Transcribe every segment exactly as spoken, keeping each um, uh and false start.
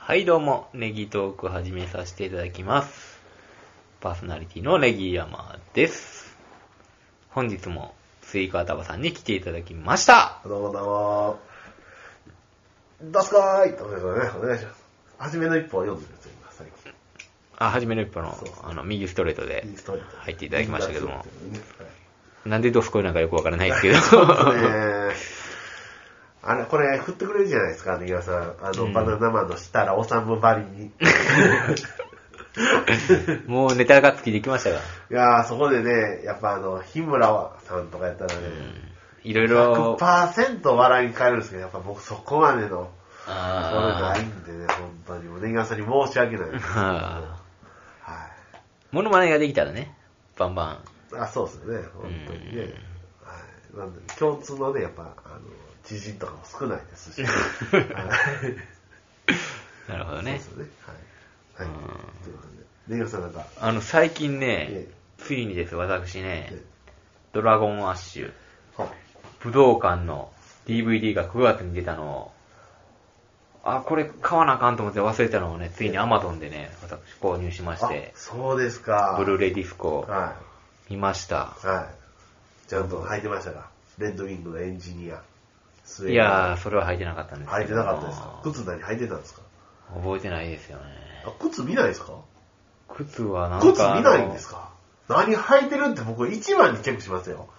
はいどうも、ネギトーク始めさせていただきます。パーソナリティのネギ山です。本日もスイカ頭さんに来ていただきました。 どうもどうも。どすかーいということでね、お願いします。初めの一歩を読んでるんですよ、今、最近。 あ、初めの一歩の、 そうそうあの、右ストレートで右ストレート入っていただきましたけども。 ねはい、 なんでドスコイなんかよくわからないですけど。 ねあれ、これ振ってくれるじゃないですか、ネギ山さん。あの、うん、バナナマンの設楽治ばりに。 もうネタがつきできましたが。 いやー、そこでね、やっぱあの、日村さんとかやったらね、 いろいろ。 ひゃくパーセント 笑いに変えるんですけど、やっぱ僕そこまでの、あそれないんでね、本当に。ネギ山さんに申し訳ないです。はい。 モノマネができたらね、バンバン。あ、そうですよね、本当にね。はい。なんで、共通のね、やっぱ、あの、知人とかも少ないですし。 なるほどね。 そうですよね。はい。はい。ということで。ネギ山さんなんか。 あの、最近ね、ええ、ついにです、私ね、ええ、ドラゴンアッシュ、武道館の ディーブイディー がくがつに出たのを、あ、これ買わなあかんと思って忘れたのをね、ついに Amazon でね、私購入しまして。 そうですか。 ブルーレイディスコ、はい、見ました。 はい。ちゃんと履いてましたか？レッドウィングのエンジニア。 いやー、それは履いてなかったんですけど。 履いてなかったですか？靴何履いてたんですか？ 覚えてないですよね。 あ、靴見ないですか？ 靴はなんか。 靴見ないんですか？何履いてるって僕一番にチェックしますよ。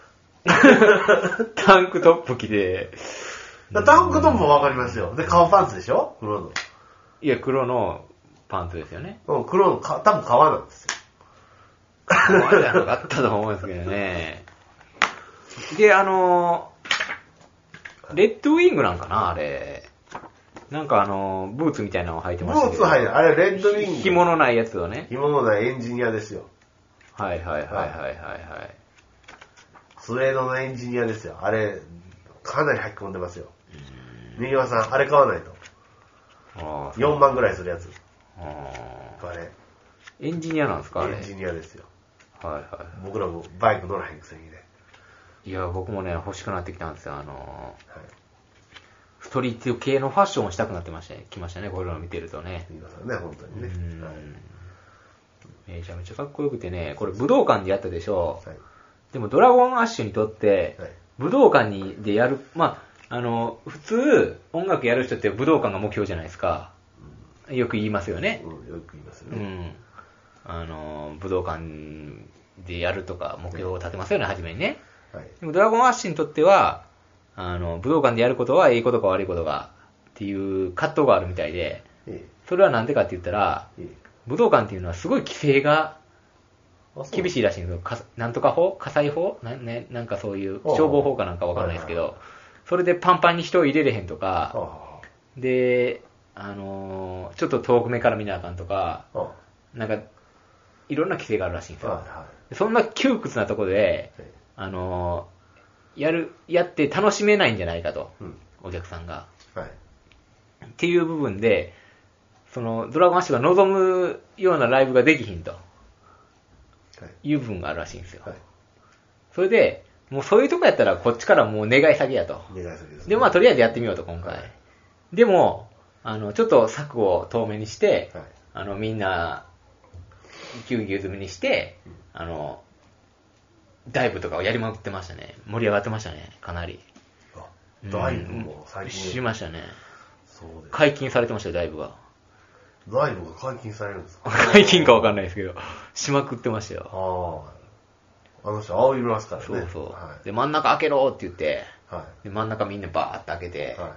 タンクトップ着て。 タンクトップもわかりますよ。で、革パンツでしょ？黒の。 いや、黒のパンツですよね。 うん、黒の、多分革なんですよ。 革じゃなかったと思うんですけどね。で、あのー、レッドウィングなんかな、あれ。なんかあのー、ブーツみたいなのを履いてましたけど。 ブーツ履いてあれ、レッドウィング。 紐のないやつをね。 紐のないエンジニアですよ。 はいはいはいはいはい、はい。 スウェードのエンジニアですよ。あれ、かなり履き込んでますよ。ネギ山さん、あれ買わないと。あよんまんぐらいするやつ。ああれ。 エンジニアなんですか？あれ。 エンジニアですよ。 はいはい。 僕らもバイク乗らへんくせにね。 いや、僕もね、欲しくなってきたんですよ。あのー、はい、ストリート系のファッションをしたくなってましたね。来ましたね、こういうのを見てるとね。 ネギ山さんね、本当にね。はい、 めちゃめちゃかっこよくてね、これ武道館でやったでしょ。はい、でもドラゴンアッシュにとって、はい、武道館にでやる、まあ、あの、普通、音楽やる人って武道館が目標じゃないですか。うん、よく言いますよね。 うん、よく言いますよね。 うん。あの、武道館でやるとか目標を立てますよね、初めにね。はい、でもドラゴンアッシュにとっては、あの、武道館でやることはいいことか悪いことかっていう葛藤があるみたいで、それはなんでかって言ったら、武道館っていうのはすごい規制が厳しいらしいんですよ。なんとか法火災法な、ね、なんかそういう消防法かなんかわかんないですけど、それでパンパンに人を入れれへんとか、で、あのー、ちょっと遠く目から見なあかんとか、なんか、いろんな規制があるらしいんですよ。そんな窮屈なところで、あのー、やる、やって楽しめないんじゃないかと、うん、お客さんが、はい。っていう部分で、その、ドラゴンアッシュが望むようなライブができひんと、いう部分があるらしいんですよ。はい、それで、もうそういうとこやったらこっちからもう願い下げやと。 願い下げです、ね。 で、まあとりあえずやってみようと、今回。はい、でも、あの、ちょっと策を遠めにして、はい、あの、みんな、ぎゅうぎゅう詰めにして、うん、あの、ダイブとかをやりまくってましたね。盛り上がってましたね、かなり。 あ、ダイブも最近、 うん、しましたね。 そうです。 解禁されてましたよ、ダイブが。 ダイブが解禁されるんですか？ 解禁かわかんないですけど、しまくってましたよ。ああ。あの人、青いますからね。 そうそう。はい、で、真ん中開けろって言って、はい、で真ん中みんなバーって開けて、はい、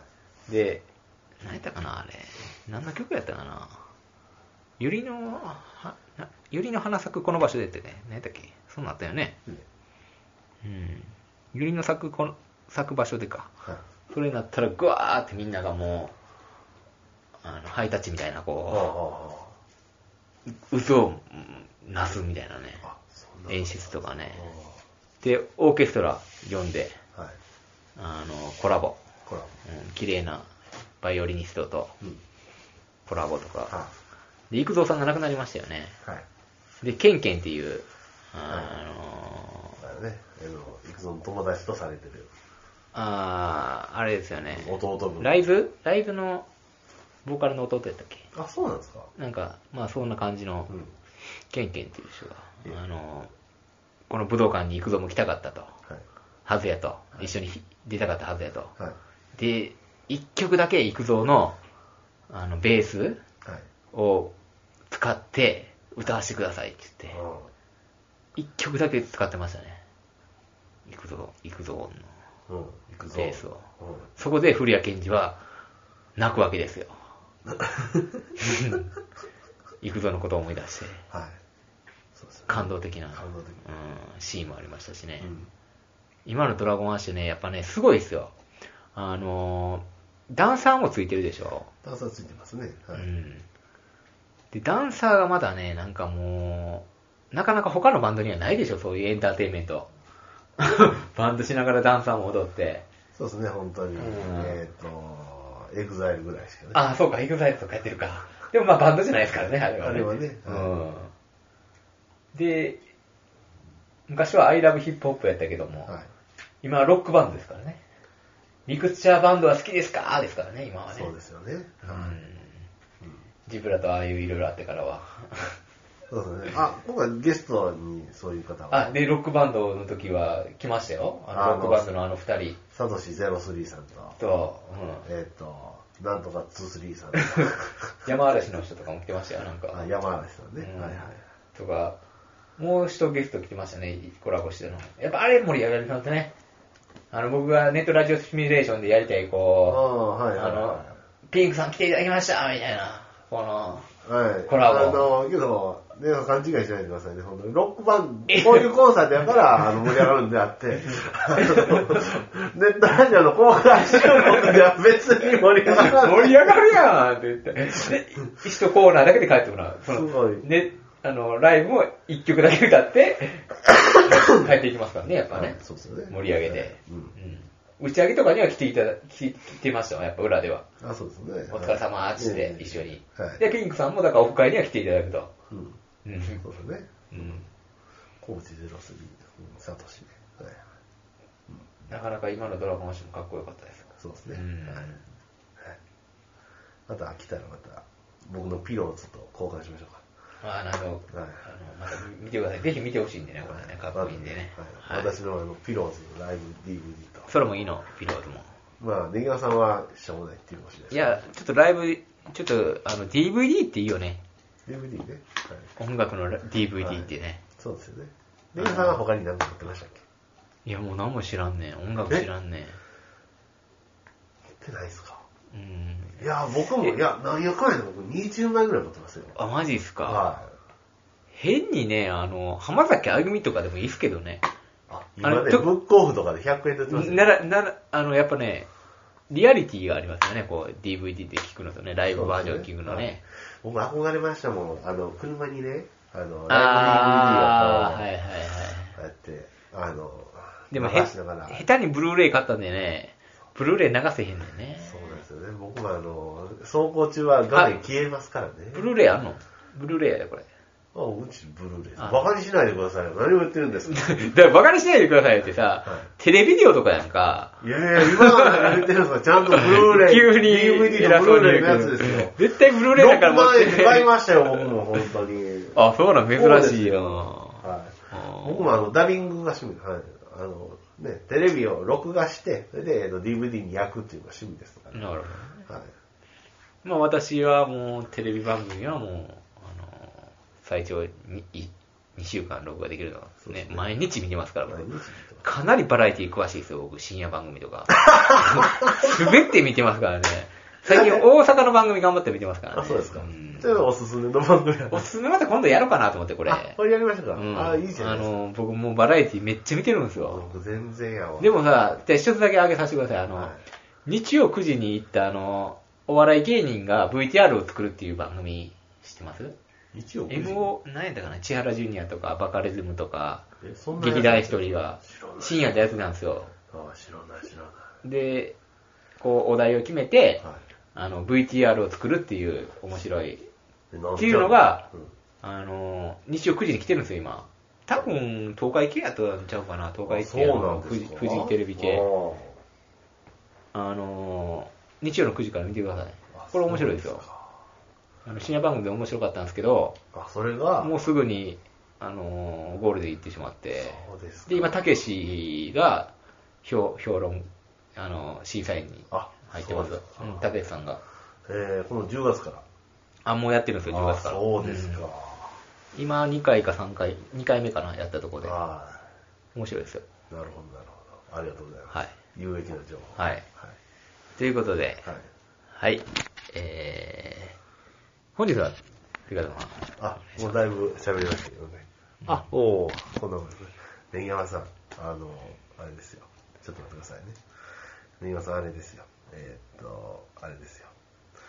で、何やったかな、あれ。何の曲やったかな。ゆりの、は、ゆりの花咲くこの場所でってね、何やったっけ、そんなあったよね。うん。うん、ゆりの咲くこの、咲く場所でか。はい、それになったら、ぐわーってみんながもう、あのハイタッチみたいなこう渦をなすみたいなね演出とかねでオーケストラ呼んで、はい、あのコラボコラボ、うん、綺麗なバイオリニストとコラボとか、はい、で幾三さんが亡くなりましたよね、はい、でケンケンっていうあのー、あれね幾三の友達とされてるあああれですよね弟分ライブライブのボーカルの弟やったっけ。 あ、そうなんですか。 なんか、まあそんな感じの、ケンケンっていう人が、うん、あの、この武道館に行くぞも来たかったと。はい、はずやと、はい。一緒に出たかったはずやと。はい、で、一曲だけ行くぞの、あの、ベースを使って歌わせてくださいって言って、一、はい、曲だけ使ってましたね。行くぞ、行くぞの、うん、行くぞベースを、うん。そこで古谷健二は泣くわけですよ。行くぞのことを思い出して、はい、そうですね、感動的な感動的、うん、シーンもありましたしね、うん、今のドラゴンアッシュね、やっぱね、すごいですよ。あのー、ダンサーもついてるでしょ。 ダンサーついてますね、はい、うん、 でダンサーがまだね、なんかもうなかなか他のバンドにはないでしょ、そういうエンターテインメント。バンドしながらダンサーも踊って。 そうですね、本当に、うん、えっ、ー、とエグザイルぐらいしかね。 ああ、そうか、エグザイルとかやってるか。でもまあバンドじゃないですからね、あれはね。 あれはね。 うん。で、昔は I love hip hop やったけども、はい、今はロックバンドですからね。ミクスチャーバンドは好きですかですからね、今はね。 そうですよね。うん。 ジブラとああいういろいろあってからは。 そうですね。あ、今回ゲストにそういう方が。 あ、で、ロックバンドの時は来ましたよ。あのロックバンドのあの二人。 サトシゼロスリーさんと。 と、 うん、えっ、ー、と、なんとかツースリーさんと。 山嵐の人とかも来てましたよ、なんか。 あ、山嵐さんね。うん、はいはい。 とか、もう一ゲスト来てましたね、コラボしての。やっぱあれ盛り上がりますね。あの、僕がネットラジオシミュレーションでやりたい、こう、あ、はいはいはい、あの、ピンクさん来ていただきましたみたいな、この、はい、コラボ。 あの、けど、ね、勘違いしないでくださいね、本当に。ロックバンド、こういうコンサートやからあの盛り上がるんであって、ネットラジオの公開収録では別に盛り上がらない。 盛り上がるやんって言って。一コーナーだけで帰ってもらう。そのすごい。 ね、あの、ライブも一曲だけ歌って、帰っていきますからね、やっぱね。 そうですよね。 盛り上げて。うんうん、打ち上げとかには来ていただ、来てましたよ、やっぱ裏では。 あ、そうですね。 お疲れ様ーって一緒に。はい、で、ピンクさんもだからオフ会には来ていただくと。 うんうん、そうですね。うん。コーチゼロスリー、サトシね、はい、 うん。なかなか今のドラゴンアッシュもかっこよかったです。 そうですね。うん、はいはい、また来たらまた僕のピローズと交換しましょうか。 ああ、なるほど。はい、あのまた見てください。ぜひ見てほしいんでね、これね、かっこいいんでね。 はいはい、私のあのピローズのライブ ディーブイディー と。 それもいいの、ピローズも。 まあ、ネギワさんはしょうもないっていうかもしれないです、 ね。いや、ちょっとライブ、ちょっとあの ディーブイディー っていいよね。 ディーブイディー ね、 はい。音楽の ディーブイディー ってね。はい、 そうですよね。ネギワさんは他に何か持ってましたっけ？ いや、もう何も知らんねん。音楽知らんねん。持ってないですか？うん。いや、僕も、いや、何やかんやで僕にじゅうまいぐらい持ってますよ。 あ、マジっすか？ はい。 変にね、あの、浜崎あゆみとかでもいいっすけどね。 あ、今ね、ブックオフとかでひゃくえんで売ってますよ。 なら、なら、あの、やっぱね、リアリティがありますよね、こう、ディーブイディー で聞くのとね、ライブバージョン聞くのね。 僕憧れましたもん。あの、車にね、あの、ライブ ディーブイディー をこう、 はいはいはい。 こうやって、あの、 でもへ、下手にブルーレイ買ったんでね、ブルーレイ流せへんねんね。 そうなんですよね。僕もあの、走行中は画面消えますからね。 ブルーレイあんの？ブルーレイやで、これ。 あ、うちブルーレイ。バカにしないでくださいよ。何を言ってるんですか？ だからバカにしないでくださいよってさ、はい、テレビデオとかやんか。 いやいや、今から言ってるんですか？ちゃんとブルーレイ。 急にディーブイディー のブルーレイのやつですよ。 絶対ブルーレイだから持ってろくまんえんで買いましたよ、僕も本当に。 あ、そうなの珍しいな。 はい。僕もあの、ダビングが趣味。はい。あの、ね、テレビを録画して、それで ディーブイディー に焼くっていうのが趣味ですから、ね。 なるほど。はい。まあ私はもうテレビ番組はもう、あの、最長 に, にしゅうかん録画できるのがですね、ね毎日見てますから、かなりバラエティ詳しいですよ、僕、深夜番組とか。滑って見てますからね。最近大阪の番組頑張って見てますからね。 あ、そうですか。うん、それおすすめの番組おすすめまた今度やろうかなと思って、これ。 これやりましょうか。うん、あ、いいじゃないですか。あの、僕もうバラエティめっちゃ見てるんですよ。 僕全然やわ。 でもさ、一つだけ挙げさせてください。あの、はい、日曜くじに行ったあの、お笑い芸人が ブイティーアール を作るっていう番組知ってます？ 日曜くじエムオー、何やったかな、千原ジュニアとかバカリズムとか、劇団一人が深夜のやつなんですよ。 ああ、知らない知らない。 で、こうお題を決めて、はい、あの ブイティーアール を作るっていう面白いっていうのが、うん、あの日曜くじに来てるんですよ今。多分東海系やったんちゃうかな、東海系のフジテレビ系。あの日曜のくじから見てください。 あ、 これ面白いですよ。あの深夜番組で面白かったんですけど、 あ、それがもうすぐに、あのー、ゴールで行ってしまって、 そうですか。 で、今、たけしが評、評論、あのー、審査員に入ってます。うん、たけしさんが。 えー、このじゅうがつから。 あ、もうやってるんですよ、じゅうがつから。 そうですか。 うん、今、にかいかさんかい、にかいめかな、やったところで。 はい。 面白いですよ。 なるほど、なるほど。ありがとうございます。 はい。 有益な情報。 はい。はい、ということで、 はい。 はい。えー、本日は、というか、 あ、もうだいぶ喋りましたけどね。 あ、おー。こんなもんですね。ネギ山さん、あの、あれですよ。ちょっと待ってくださいね。ネギ山さん、あれですよ。えー、っと、あれですよ。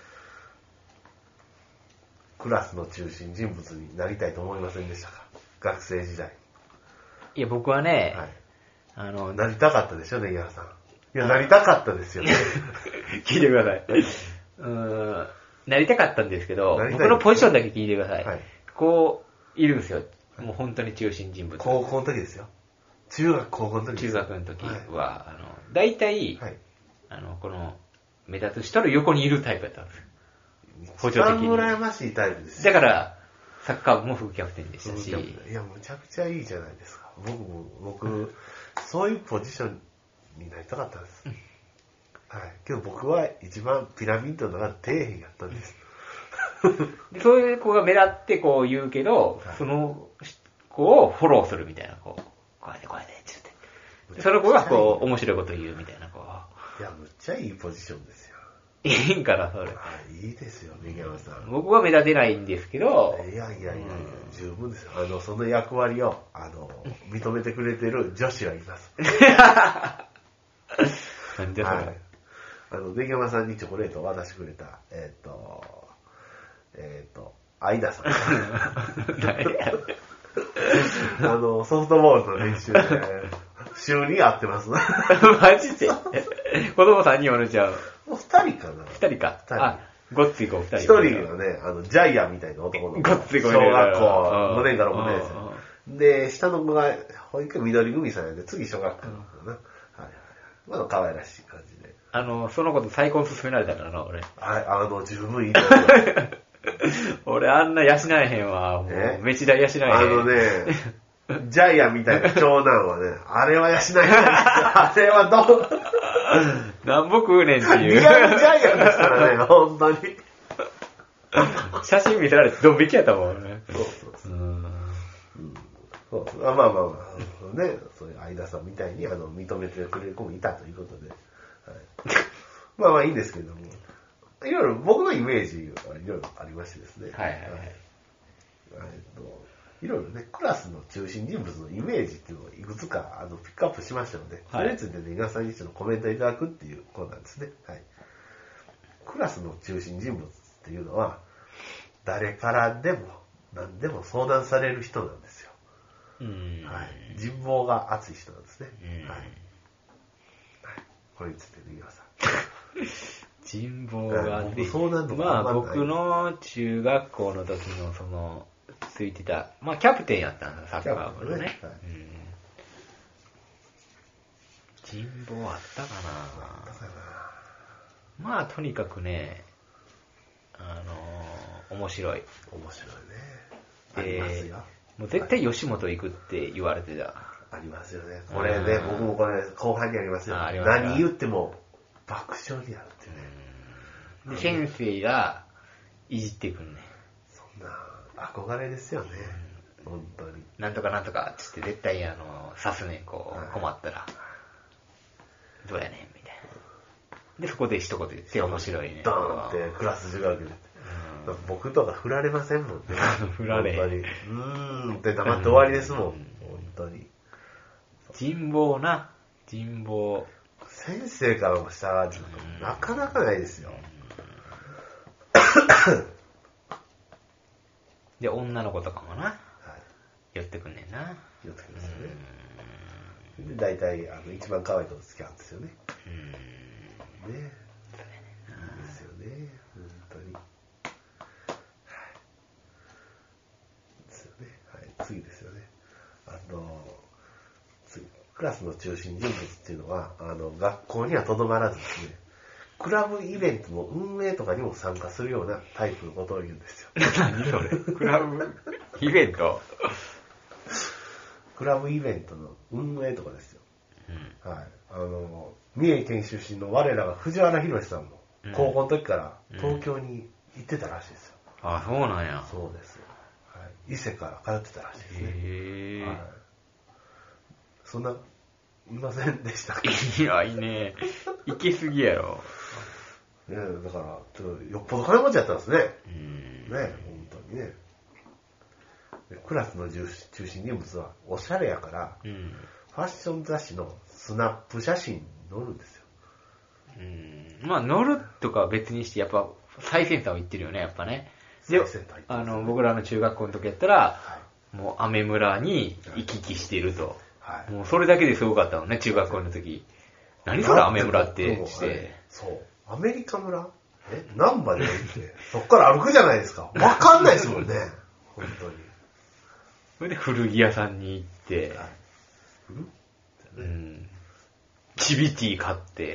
クラスの中心人物になりたいと思いませんでしたか？学生時代。 いや、僕はね、 はい、 あの、 なりたかったでしょ、ネギ山さん。いや、なりたかったですよね。 聞いてください。うーん、なりたかったんですけど、僕のポジションだけ聞いてください。はい、こう、いるんですよ。もう本当に中心人物。 高校の時ですよ。中学、高校の時中学の時は、はい、あの、大体、はい、あの、この、目立つ人の横にいるタイプだったんですよ。 補助的に。一番羨ましいタイプですよ。だから、サッカー部も副キャプテンでしたし。 いや、むちゃくちゃいいじゃないですか。僕も、僕、うん、そういうポジションになりたかったんです。うん、はい。けど僕は一番ピラミッドの中で底辺やったんです。 でそういう子が目立ってこう言うけど、はい、その子をフォローするみたいな、こう、こうやってこうやってって言って。その子がこう、面白いこと言うみたいな、こう。いや、むっちゃいいポジションですよ。 いいんかな、それ。 いいですよ、ネギ山さん。 僕は目立てないんですけど。 いやいやいやいや、うん、十分ですよ。あの、その役割を、あの、認めてくれてる女子はいます。 なんでそれ、はい、 あの、ネギ山さんにチョコレートを渡してくれた、えっ、ー、と、えっ、ー、と、相田さん。あの、ソフトボールの練習で、週に会ってます。 マジで子供さんにんおるちゃう。 もう二人かな。 二人か。二人。あ、ごっつい子二人。 一人がね、あの、ジャイアンみたいな男の子。 ごっつい子小学校ごねんからろくねん生。で、下の子が、保育園緑組さんやで、次小学校かな。はいはい。まだ可愛らしい感じで。 あの、その子と再婚進められたからな、俺。 はい、あの、十分いいですよ。 俺あんな養えへんわ。もう、めちだ養えへん。 あのね、ジャイアンみたいな長男はね、あれは養えない。あれはどうなんぼ食うねんっていう。 リアルジャイアンですからね、本当に。 写真見せられてドン引きやったもんね。 そうそうそう。うんそうそうあまあまあまあ、ね、そういう相田さんみたいにあの認めてくれる子もいたということで。はい、まあまあいいんですけども。いろいろ僕のイメージはいろいろありましてですね。 はいはいはい。 えっといろいろね、クラスの中心人物のイメージっていうのをいくつかあのピックアップしましたので、はい、それについてね、皆さんに一度コメントいただくっていうことなんですね。はい。クラスの中心人物っていうのは、誰からでも何でも相談される人なんですよ。 うんはい。人望が厚い人なんですね。はい。はい。これについてね、皆さん。 人望が厚い。 相談とかまあ僕の中学校の時のその、ついてた、まあキャプテンやったんだ、サッカー部のね。ねはいうん、人望あったかな。 あったかな。 まあとにかくね、あのー、面白い。 面白いね。 ありますよ。もう絶対吉本行くって言われてた。 ありますよね。これね、僕もこれ後半にありますよ。あります何言っても爆笑になるってね。で、先生がいじってくんね。 そんな憧れですよね。うん、本当に。 なんとかなんとかつって絶対あの、刺すねん、こう、困ったら。どうやねんみたいな。で、そこで一言言って面白いね。 ドーンってクラス中学で。僕とか振られませんもんね。 振られ。 本当に。うーんって黙って終わりですもん。本当に。 人望な。人望。 先生からもしたら、なかなかないですよ。 で、女の子とかもな。はい、寄ってくんねんな。 寄ってくるんですよね。で、大体、あの、一番可愛い子と付き合うんですよね。うん。ね。いいですよね。本当に。ですよね。はい。次ですよね。あの、次。クラスの中心人物っていうのは、あの、学校にはとどまらずですね、 クラブイベントの運営とかにも参加するようなタイプのことを言うんですよ。 何それクラブイベントクラブイベントの運営とかですよ。うん、はい。あの、三重県出身の我らが藤原宏さんも、高校の時から東京に行ってたらしいですよ。 うん、あ、そうなんや。 そうですよ。はい。伊勢から通ってたらしいですね。へー。はい。そんな、いませんでしたか？ いや、いいね。行きすぎやろ。 ねえ、だから、ちょっとよっぽど金持ちやったんですね。うん。ねえ、本当にね。クラスの中心人物はおしゃれやから、うん、ファッション雑誌のスナップ写真に載るんですよ。 うん、まあ載るとかは別にしてやっぱ最先端を言ってるよね、やっぱね。で、あの僕らの中学校の時やったら、はい、もうアメ村に行き来してると、はい、もうそれだけですごかったのね、中学校の時。何それアメ村ってして。 そう。アメリカ村え難波で行って、そっから歩くじゃないですか。わかんないですもんね。本当に。 それで古着屋さんに行って、はい、うん、チビティ買って、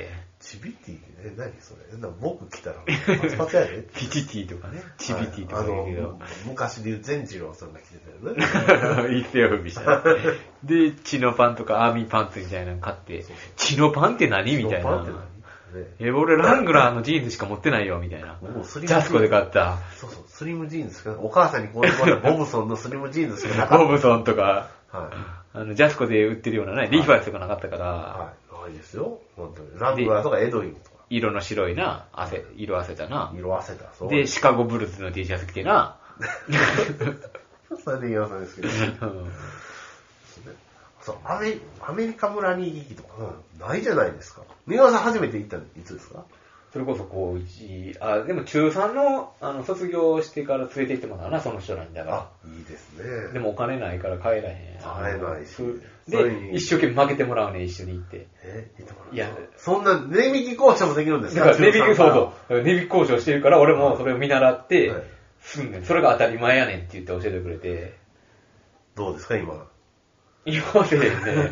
チビティえ、何それな僕来たらパツパツやで。 ピチティとかね、チビティとか言うけど、はい、あの昔で言う善次郎さんが来てたよね。 一世を踏みした。で、チノパンとかアーミーパンツみたいなの買って、そうそうチノパンって何みたいな。チノパンって何ね、え、俺ラングラーのジーンズしか持ってないよ、みたいな。ジャスコで買った。 そうそう、スリムジーンズしか、お母さんにこういうことボブソンのスリムジーンズしかなかった。 ボブソンとか、はい、あの、ジャスコで売ってるようなね、リーファイスとかなかったから。 はい、ないですよ。本当に。ラングラーとかエドウィンとか。 色の白いな、汗、色あせたな。 色あせた、 そう。で、シカゴブルーズの T シャツ着てな。 それで言わさんですけど。うんそう、アメ、アメリカ村に行きとか、うん、ないじゃないですか。三輪さん初めて行ったのいつですか？ それこそ高いち、あ、でも中さんの、あの、卒業してから連れて行ってもらうな、その人なんだから。 あ、いいですね。 でもお金ないから帰らへん。 帰れないし。 で、一生懸命負けてもらうね、一緒に行って。 え、行ってもらういや、そんな値引き交渉もできるんですか？ だから値引き、そうそう。値引き交渉してるから、俺もそれを見習って、すんねん。それが当たり前やねんって言って教えてくれて。 どうですか、今。 言わせへんね。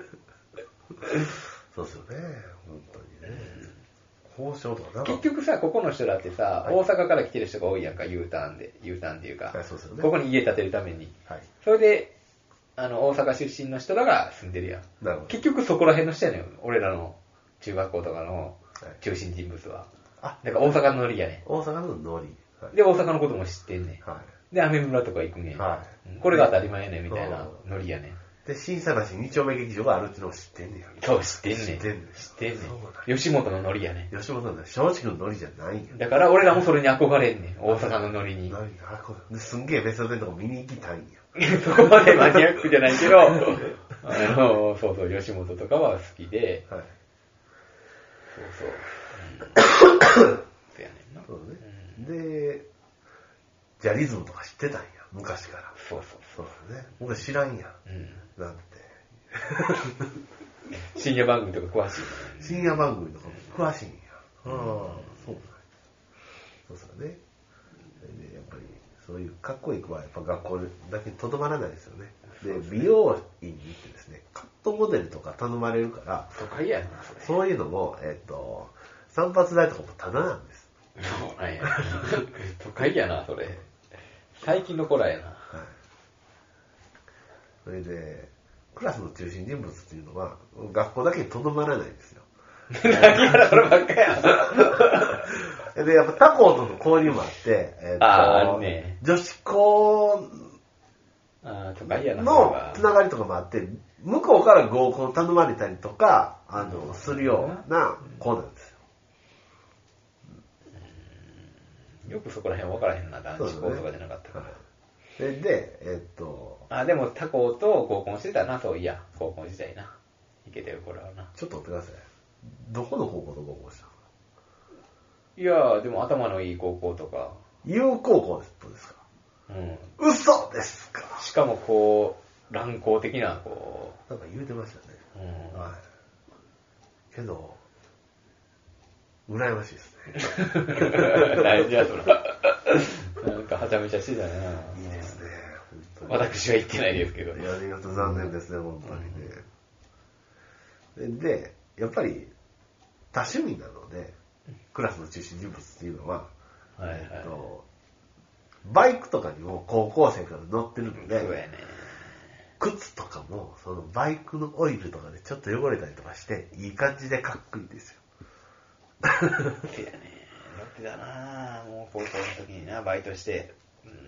そうですよね、本当にね。交渉とかな。 結局さ、ここの人だってさ、はい、大阪から来てる人が多いやんか、U ターンで。U ターンっていうか、 はい、そうですよね、 ここに家建てるために。はい、それで、あの、大阪出身の人らが住んでるやん。なるほど。結局そこら辺の人やねん。俺らの中学校とかの中心人物は。はい、だから大阪のノリやねん。 大阪のノリ。 はい、で、大阪のことも知ってんねん。はい、で、アメ村とか行くねん。はい、これが当たり前やねんみたいなノリやねん。 で、新佐橋に丁目劇場があるっていうのを知ってんねん。 そう、知ってんねん。知ってんねん。知ってんねん。吉本のノリやねん。吉本の松竹のノリじゃないんや。 だから俺らもそれに憧れんねん。大阪のノリに。 何すんげえベストテンとか見に行きたいんや。 そこまでマニアックじゃないけど、あの、そうそう、吉本とかは好きで、はい、そうそう。うん、そうやねんな。 そうね。うん、で、ジャリズムとか知ってたんや。昔から。 そうそう。 そうですね。僕知らんや。うん。なんて。 深夜番組とか詳しい。 深夜番組とか詳しいんや。ああ、そうだ。そうですよね。で、やっぱり、そういうかっこいい子はやっぱ学校だけにとどまらないですよね。で、美容院に行ってですね、カットモデルとか頼まれるから、 都会やな、それ。 そういうのも、えっと、散髪代とかもタダなんです。 そうなんや。都会やな、それ。最近の子らやな。はい。 それで、クラスの中心人物っていうのは、学校だけにとどまらないんですよ。 何やらそればっかや。 で、やっぱ他校との交流もあって、えー、とああるね、 女子校のつながりとかもあって、向こうから合コン頼まれたりとか、あの、するような子なんですよ。 よくそこら辺分からへんな、男子校とかじゃなかったから。 それで、えっと。 あ、でも他校と合コンしてたな、そういや。高校時代な。いけてる頃はな。 ちょっと待ってください。どこの高校と合コンしたの？ いやでも頭のいい高校とか。 有高校ですか？うん。嘘ですか？ しかもこう、乱高的な、こう。なんか言うてましたね。うん。はい。けど、羨ましいですね。 大事や、そら。なんかはちゃめちゃしてたな。 いいですね、 本当に。私は言ってないですけど。 いや、ありがとう、残念ですね、本当にね。で、やっぱり、多趣味なので、 クラスの中心人物っていうのは、 はいはい、 えっと、バイクとかにも高校生から乗ってるので、 そうやね、 靴とかもそのバイクのオイルとかでちょっと汚れたりとかしていい感じでかっこいいんですよ。 そうやね、ロックだなぁ、もう高校の時にな、バイトして、うーん、うん、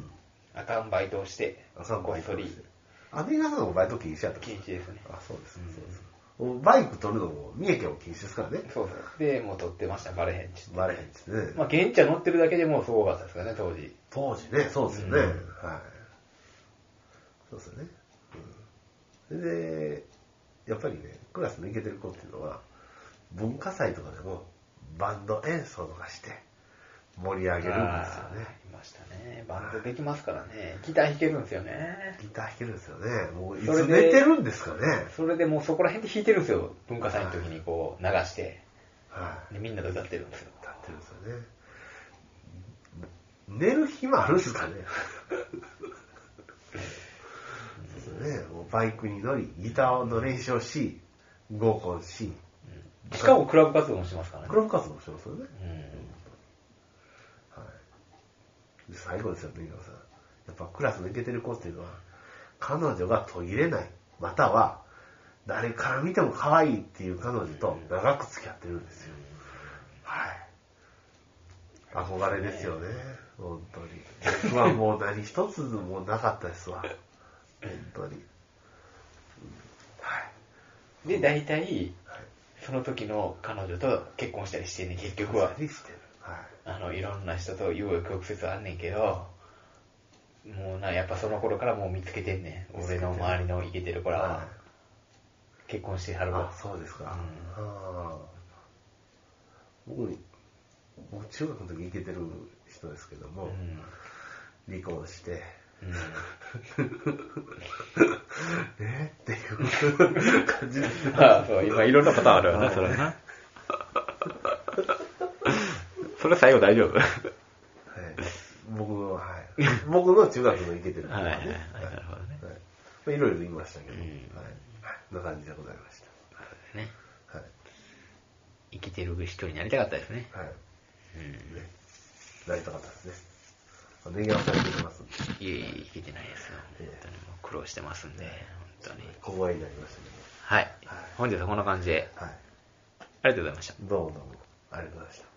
あかんバイトをして、 あかんバイトをして。 アメリカさんもバイト禁止やった禁止ですね。 あ、そうです、そうです。バイク取るのも三重県も禁止ですからね。 そうそう。で、もう取ってました、バレへんち。 バレへんちね。 まあ、現地は乗ってるだけでもうすごかったですからね、当時。 当時ね、そうですよね。うん、はい。そうですよね。うん、で、やっぱりね、クラスのイケてる子っていうのは、文化祭とかでもバンド演奏とかして盛り上げるんですよね。 いましたね。バンドできますからね。ギター弾けるんですよね。 ギター弾けるんですよね。もういつ寝てるんですかね。 それでもうそこら辺で弾いてるんですよ。文化祭の時にこう流して。はい。でみんなで歌ってるんですよ。 歌ってるんですよね。寝る暇あるんですかね。そうですね。もうバイクに乗り、ギターの練習をし、合コンし、 しかもクラブ活動もしますからね。 クラブ活動もしてますよね。うん、はい、で最後ですよね、皆さん。やっぱクラス抜けてる子っていうのは、彼女が途切れない、または誰から見ても可愛いっていう彼女と長く付き合ってるんですよ。はい。憧れですよね、本当に。僕はもう何一つもなかったですわ。本当に。うん、 はい。で、大体、その時の彼女と結婚したりしてね、結局は。 してる。はい。 あの、いろんな人と紆余曲折あんねんけど、もうな、やっぱその頃からもう見つけてんねん。俺の周りのイケてる子らは。はい、結婚してはるわ。 あ、そうですか。うん、あ僕、僕中学の時イケてる人ですけども、うん、離婚して、うん、えっていう感じです。 ああ、そう、今いろんなパターンあるよな、それな。それ最後大丈夫？はい。 僕の、はい。僕の中学のイケてる、ね。はい、はい、はい。なるほどね。はい。いろいろ言いましたけど、うん、はい。こんな感じでございました。 ね。はい。生きてる人になりたかったですね。はい。 うん。ね。なりたかったですね。ネギ合わされていますんで。 いえいえ、いけてないですよ。本当にもう苦労してますんで、本当に。 小声になりましたね。 はい。はい、本日はこんな感じで。はい。ありがとうございました。 どうもどうも。ありがとうございました。